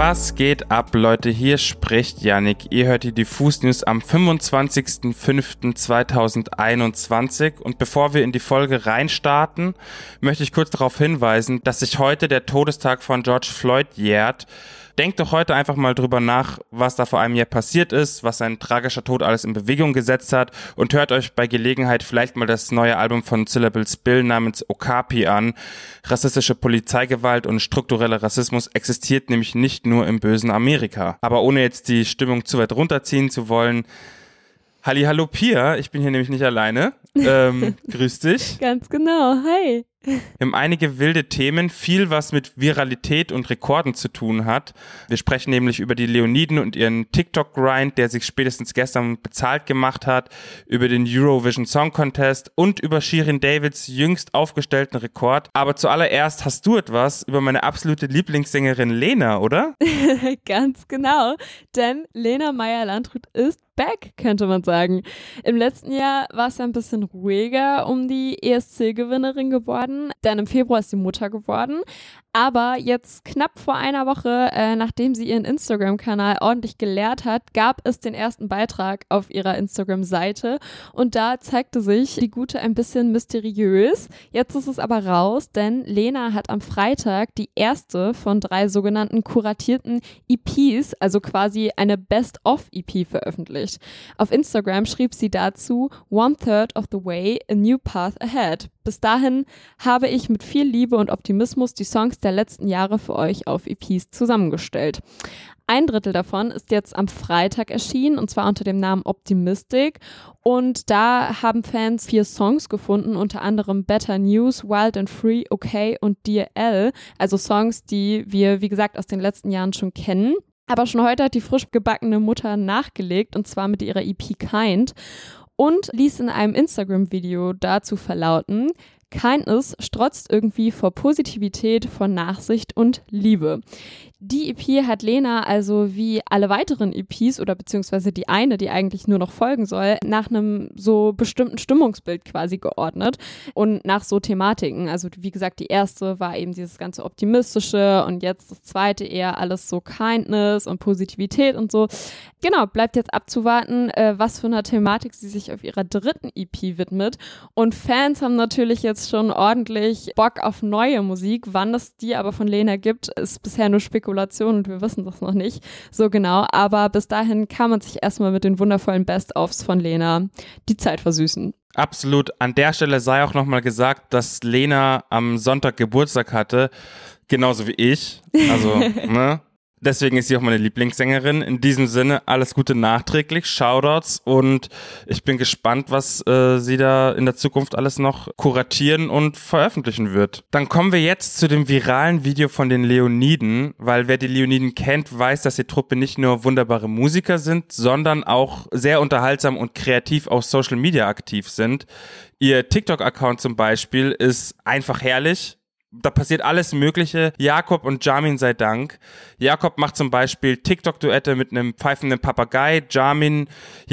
Was geht ab, Leute? Hier spricht Yannick. Ihr hört die Diffus News am 25.05.2021 und bevor wir in die Folge reinstarten, möchte ich kurz darauf hinweisen, dass sich heute der Todestag von George Floyd jährt. Denkt doch heute einfach mal drüber nach, was da vor einem Jahr passiert ist, was sein tragischer Tod alles in Bewegung gesetzt hat und hört euch bei Gelegenheit vielleicht mal das neue Album von Syllables Bill namens Okapi an. Rassistische Polizeigewalt und struktureller Rassismus existiert nämlich nicht nur im bösen Amerika. Aber ohne jetzt die Stimmung zu weit runterziehen zu wollen, Hallihallo Pia, ich bin hier nämlich nicht alleine. Grüß dich. Ganz genau, hi. Wir haben einige wilde Themen, viel was mit Viralität und Rekorden zu tun hat. Wir sprechen nämlich über die Leoniden und ihren TikTok-Grind, der sich spätestens gestern bezahlt gemacht hat, über den Eurovision Song Contest und über Shirin Davids jüngst aufgestellten Rekord. Aber zuallererst hast du etwas über meine absolute Lieblingssängerin Lena, oder? Ganz genau, denn Lena Meyer-Landrut ist back, könnte man sagen. Im letzten Jahr war es ja ein bisschen ruhiger um die ESC-Gewinnerin geworden, denn im Februar ist sie Mutter geworden. Aber jetzt knapp vor einer Woche, nachdem sie ihren Instagram-Kanal ordentlich geleert hat, gab es den ersten Beitrag auf ihrer Instagram-Seite und da zeigte sich die Gute ein bisschen mysteriös. Jetzt ist es aber raus, denn Lena hat am Freitag die erste von 3 sogenannten kuratierten EPs, also quasi eine Best-of-EP veröffentlicht. Auf Instagram schrieb sie dazu: "1/3 of the way, a new path ahead." Bis dahin habe ich mit viel Liebe und Optimismus die Songs der letzten Jahre für euch auf EPs zusammengestellt. 1/3 davon ist jetzt am Freitag erschienen und zwar unter dem Namen Optimistic und da haben Fans 4 Songs gefunden, unter anderem Better News, Wild and Free, Okay und Dear L, also Songs, die wir wie gesagt aus den letzten Jahren schon kennen. Aber schon heute hat die frisch gebackene Mutter nachgelegt und zwar mit ihrer EP Kind und ließ in einem Instagram-Video dazu verlauten: Kindness strotzt irgendwie vor Positivität, vor Nachsicht und Liebe. Die EP hat Lena also wie alle weiteren EPs oder beziehungsweise die eine, die eigentlich nur noch folgen soll, nach einem so bestimmten Stimmungsbild quasi geordnet und nach so Thematiken. Also wie gesagt, die erste war eben dieses ganze Optimistische und jetzt das zweite eher alles so Kindness und Positivität und so. Genau, bleibt jetzt abzuwarten, was für eine Thematik sie sich auf ihrer dritten EP widmet. Und Fans haben natürlich jetzt schon ordentlich Bock auf neue Musik. Wann es die aber von Lena gibt, ist bisher nur Spekulation und wir wissen das noch nicht so genau. Aber bis dahin kann man sich erstmal mit den wundervollen Best-ofs von Lena die Zeit versüßen. Absolut. An der Stelle sei auch nochmal gesagt, dass Lena am Sonntag Geburtstag hatte, genauso wie ich. Also, ne? Deswegen ist sie auch meine Lieblingssängerin. In diesem Sinne, alles Gute nachträglich, Shoutouts und ich bin gespannt, was sie da in der Zukunft alles noch kuratieren und veröffentlichen wird. Dann kommen wir jetzt zu dem viralen Video von den Leoniden, weil wer die Leoniden kennt, weiß, dass die Truppe nicht nur wunderbare Musiker sind, sondern auch sehr unterhaltsam und kreativ auf Social Media aktiv sind. Ihr TikTok-Account zum Beispiel ist einfach herrlich. Da passiert alles Mögliche. Jakob und Jamin sei Dank. Jakob macht zum Beispiel TikTok-Duette mit einem pfeifenden Papagei. Jamin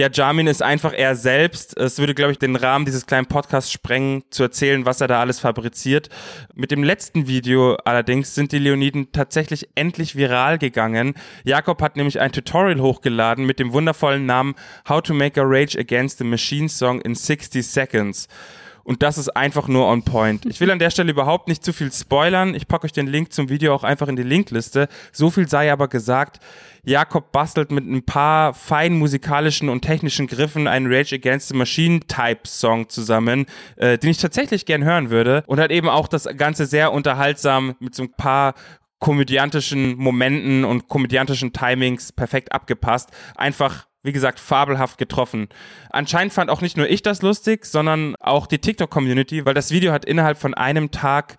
ist einfach er selbst. Es würde, glaube ich, den Rahmen dieses kleinen Podcasts sprengen, zu erzählen, was er da alles fabriziert. Mit dem letzten Video allerdings sind die Leoniden tatsächlich endlich viral gegangen. Jakob hat nämlich ein Tutorial hochgeladen mit dem wundervollen Namen How to Make a Rage Against the Machine Song in 60 Seconds. Und das ist einfach nur on point. Ich will an der Stelle überhaupt nicht zu viel spoilern. Ich packe euch den Link zum Video auch einfach in die Linkliste. So viel sei aber gesagt. Jakob bastelt mit ein paar feinen musikalischen und technischen Griffen einen Rage Against the Machine Type Song zusammen, den ich tatsächlich gern hören würde. Und hat eben auch das Ganze sehr unterhaltsam mit so ein paar komödiantischen Momenten und komödiantischen Timings perfekt abgepasst. Einfach, wie gesagt, fabelhaft getroffen. Anscheinend fand auch nicht nur ich das lustig, sondern auch die TikTok-Community, weil das Video hat innerhalb von einem Tag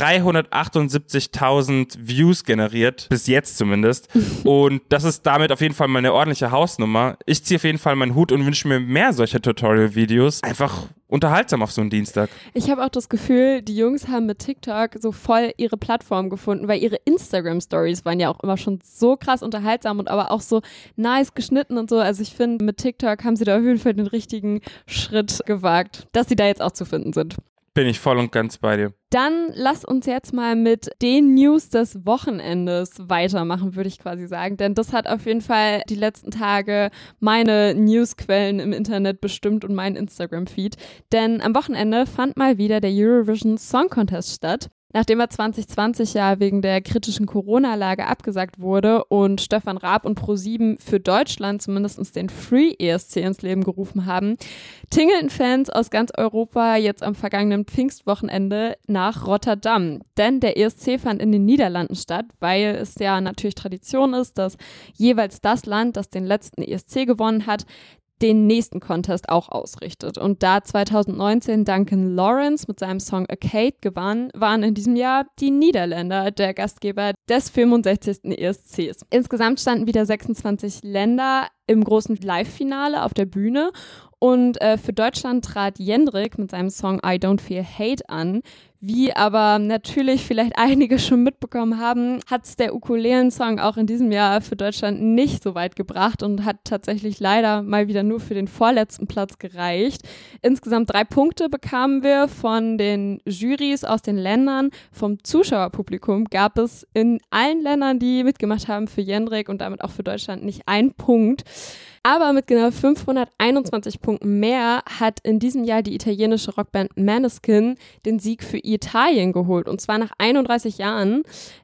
378.000 Views generiert, bis jetzt zumindest. Und das ist damit auf jeden Fall mal eine ordentliche Hausnummer. Ich ziehe auf jeden Fall meinen Hut und wünsche mir mehr solcher Tutorial-Videos. Einfach unterhaltsam auf so einen Dienstag. Ich habe auch das Gefühl, die Jungs haben mit TikTok so voll ihre Plattform gefunden, weil ihre Instagram-Stories waren ja auch immer schon so krass unterhaltsam und aber auch so nice geschnitten und so. Also ich finde, mit TikTok haben sie da auf jeden Fall den richtigen Schritt gewagt, dass sie da jetzt auch zu finden sind. Bin ich voll und ganz bei dir. Dann lass uns jetzt mal mit den News des Wochenendes weitermachen, würde ich quasi sagen. Denn das hat auf jeden Fall die letzten Tage meine Newsquellen im Internet bestimmt und meinen Instagram-Feed. Denn am Wochenende fand mal wieder der Eurovision Song Contest statt. Nachdem er 2020 ja wegen der kritischen Corona-Lage abgesagt wurde und Stefan Raab und ProSieben für Deutschland zumindest den Free ESC ins Leben gerufen haben, tingelten Fans aus ganz Europa jetzt am vergangenen Pfingstwochenende nach Rotterdam. Denn der ESC fand in den Niederlanden statt, weil es ja natürlich Tradition ist, dass jeweils das Land, das den letzten ESC gewonnen hat, den nächsten Contest auch ausrichtet. Und da 2019 Duncan Lawrence mit seinem Song Arcade gewann, waren in diesem Jahr die Niederländer der Gastgeber des 65. ESCs. Insgesamt standen wieder 26 Länder im großen Live-Finale auf der Bühne und für Deutschland trat Jendrik mit seinem Song I Don't Feel Hate an. Wie aber natürlich vielleicht einige schon mitbekommen haben, hat es der Ukulelen-Song auch in diesem Jahr für Deutschland nicht so weit gebracht und hat tatsächlich leider mal wieder nur für den vorletzten Platz gereicht. Insgesamt 3 Punkte bekamen wir von den Jurys aus den Ländern. Vom Zuschauerpublikum gab es in allen Ländern, die mitgemacht haben, für Jendrik und damit auch für Deutschland nicht 1 Punkt. Aber mit genau 521 Punkten mehr hat in diesem Jahr die italienische Rockband Måneskin den Sieg für Italien geholt. Und zwar nach 31 Jahren.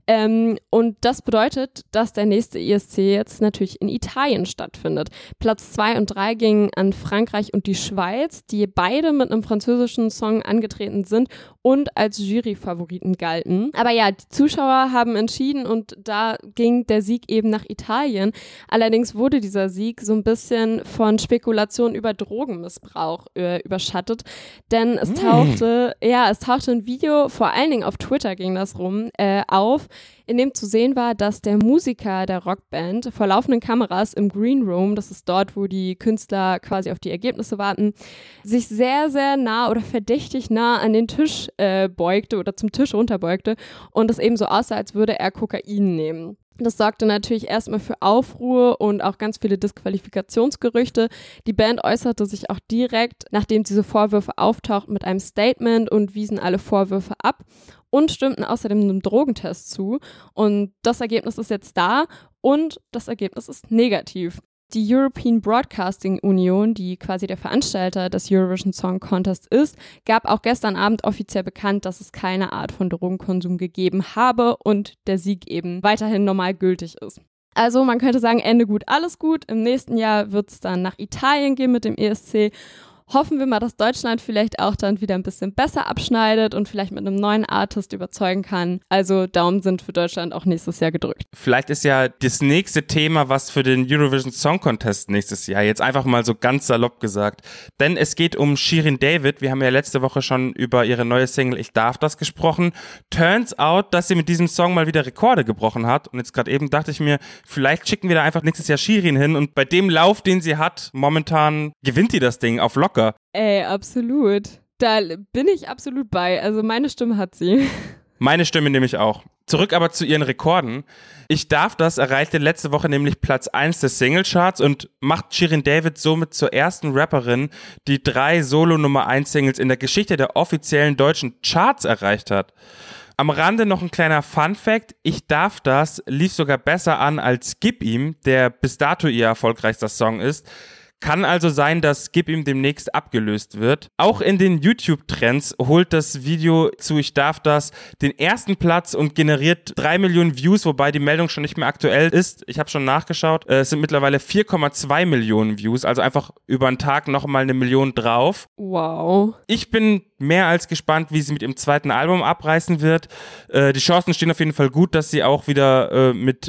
Und das bedeutet, dass der nächste ESC jetzt natürlich in Italien stattfindet. Platz 2 und 3 gingen an Frankreich und die Schweiz, die beide mit einem französischen Song angetreten sind und als Juryfavoriten galten. Aber ja, die Zuschauer haben entschieden und da ging der Sieg eben nach Italien. Allerdings wurde dieser Sieg so ein bisschen von Spekulationen über Drogenmissbrauch überschattet, denn es tauchte ein Video, vor allen Dingen auf Twitter ging das rum, auf, in dem zu sehen war, dass der Musiker der Rockband vor laufenden Kameras im Green Room, das ist dort, wo die Künstler quasi auf die Ergebnisse warten, sich sehr, sehr nah oder verdächtig nah an den Tisch beugte oder zum Tisch runterbeugte und es eben so aussah, als würde er Kokain nehmen. Das sorgte natürlich erstmal für Aufruhr und auch ganz viele Disqualifikationsgerüchte. Die Band äußerte sich auch direkt, nachdem diese Vorwürfe auftauchten, mit einem Statement und wiesen alle Vorwürfe ab und stimmten außerdem einem Drogentest zu. Und das Ergebnis ist jetzt da und das Ergebnis ist negativ. Die European Broadcasting Union, die quasi der Veranstalter des Eurovision Song Contest ist, gab auch gestern Abend offiziell bekannt, dass es keine Art von Drogenkonsum gegeben habe und der Sieg eben weiterhin normal gültig ist. Also man könnte sagen, Ende gut, alles gut. Im nächsten Jahr wird es dann nach Italien gehen mit dem ESC. Hoffen wir mal, dass Deutschland vielleicht auch dann wieder ein bisschen besser abschneidet und vielleicht mit einem neuen Artist überzeugen kann. Also Daumen sind für Deutschland auch nächstes Jahr gedrückt. Vielleicht ist ja das nächste Thema, was für den Eurovision Song Contest nächstes Jahr, jetzt einfach mal so ganz salopp gesagt. Denn es geht um Shirin David. Wir haben ja letzte Woche schon über ihre neue Single Ich darf das gesprochen. Turns out, dass sie mit diesem Song mal wieder Rekorde gebrochen hat. Und jetzt gerade eben dachte ich mir, vielleicht schicken wir da einfach nächstes Jahr Shirin hin und bei dem Lauf, den sie hat, momentan gewinnt die das Ding auf locker. Ey, absolut. Da bin ich absolut bei. Also meine Stimme hat sie. Meine Stimme nämlich auch. Zurück aber zu ihren Rekorden. Ich darf das erreichte letzte Woche nämlich Platz 1 des Singlecharts und macht Shirin David somit zur ersten Rapperin, die 3 Solo-Nummer-1-Singles in der Geschichte der offiziellen deutschen Charts erreicht hat. Am Rande noch ein kleiner Fun-Fact. Ich darf das lief sogar besser an als Gib ihm, der bis dato ihr erfolgreichster Song ist. Kann also sein, dass Gib ihm demnächst abgelöst wird. Auch in den YouTube-Trends holt das Video zu Ich darf das den ersten Platz und generiert 3 Millionen Views, wobei die Meldung schon nicht mehr aktuell ist. Ich habe schon nachgeschaut. Es sind mittlerweile 4,2 Millionen Views, also einfach über einen Tag nochmal 1 Million drauf. Wow. Ich bin mehr als gespannt, wie sie mit ihrem zweiten Album abreißen wird. Die Chancen stehen auf jeden Fall gut, dass sie auch wieder mit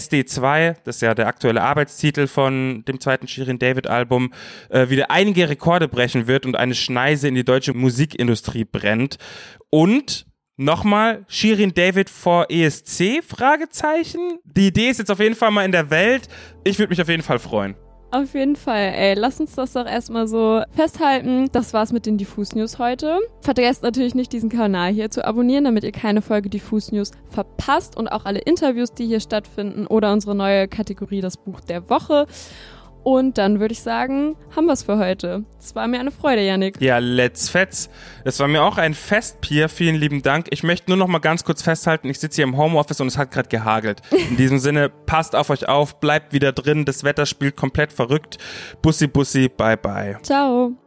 SD2, das ist ja der aktuelle Arbeitstitel von dem zweiten Shirin David Album, wieder einige Rekorde brechen wird und eine Schneise in die deutsche Musikindustrie brennt. Und nochmal, Shirin David vor ESC? Fragezeichen. Die Idee ist jetzt auf jeden Fall mal in der Welt. Ich würde mich auf jeden Fall freuen. Auf jeden Fall, ey, lass uns das doch erstmal so festhalten. Das war's mit den Diffus News heute. Vergesst natürlich nicht, diesen Kanal hier zu abonnieren, damit ihr keine Folge Diffus News verpasst und auch alle Interviews, die hier stattfinden oder unsere neue Kategorie, das Buch der Woche. Und dann würde ich sagen, haben wir es für heute. Es war mir eine Freude, Yannick. Ja, let's fetz. Es war mir auch ein Fest, Pia. Vielen lieben Dank. Ich möchte nur noch mal ganz kurz festhalten, ich sitze hier im Homeoffice und es hat gerade gehagelt. In diesem Sinne, passt auf euch auf, bleibt wieder drin. Das Wetter spielt komplett verrückt. Bussi, bussi, bye, bye. Ciao.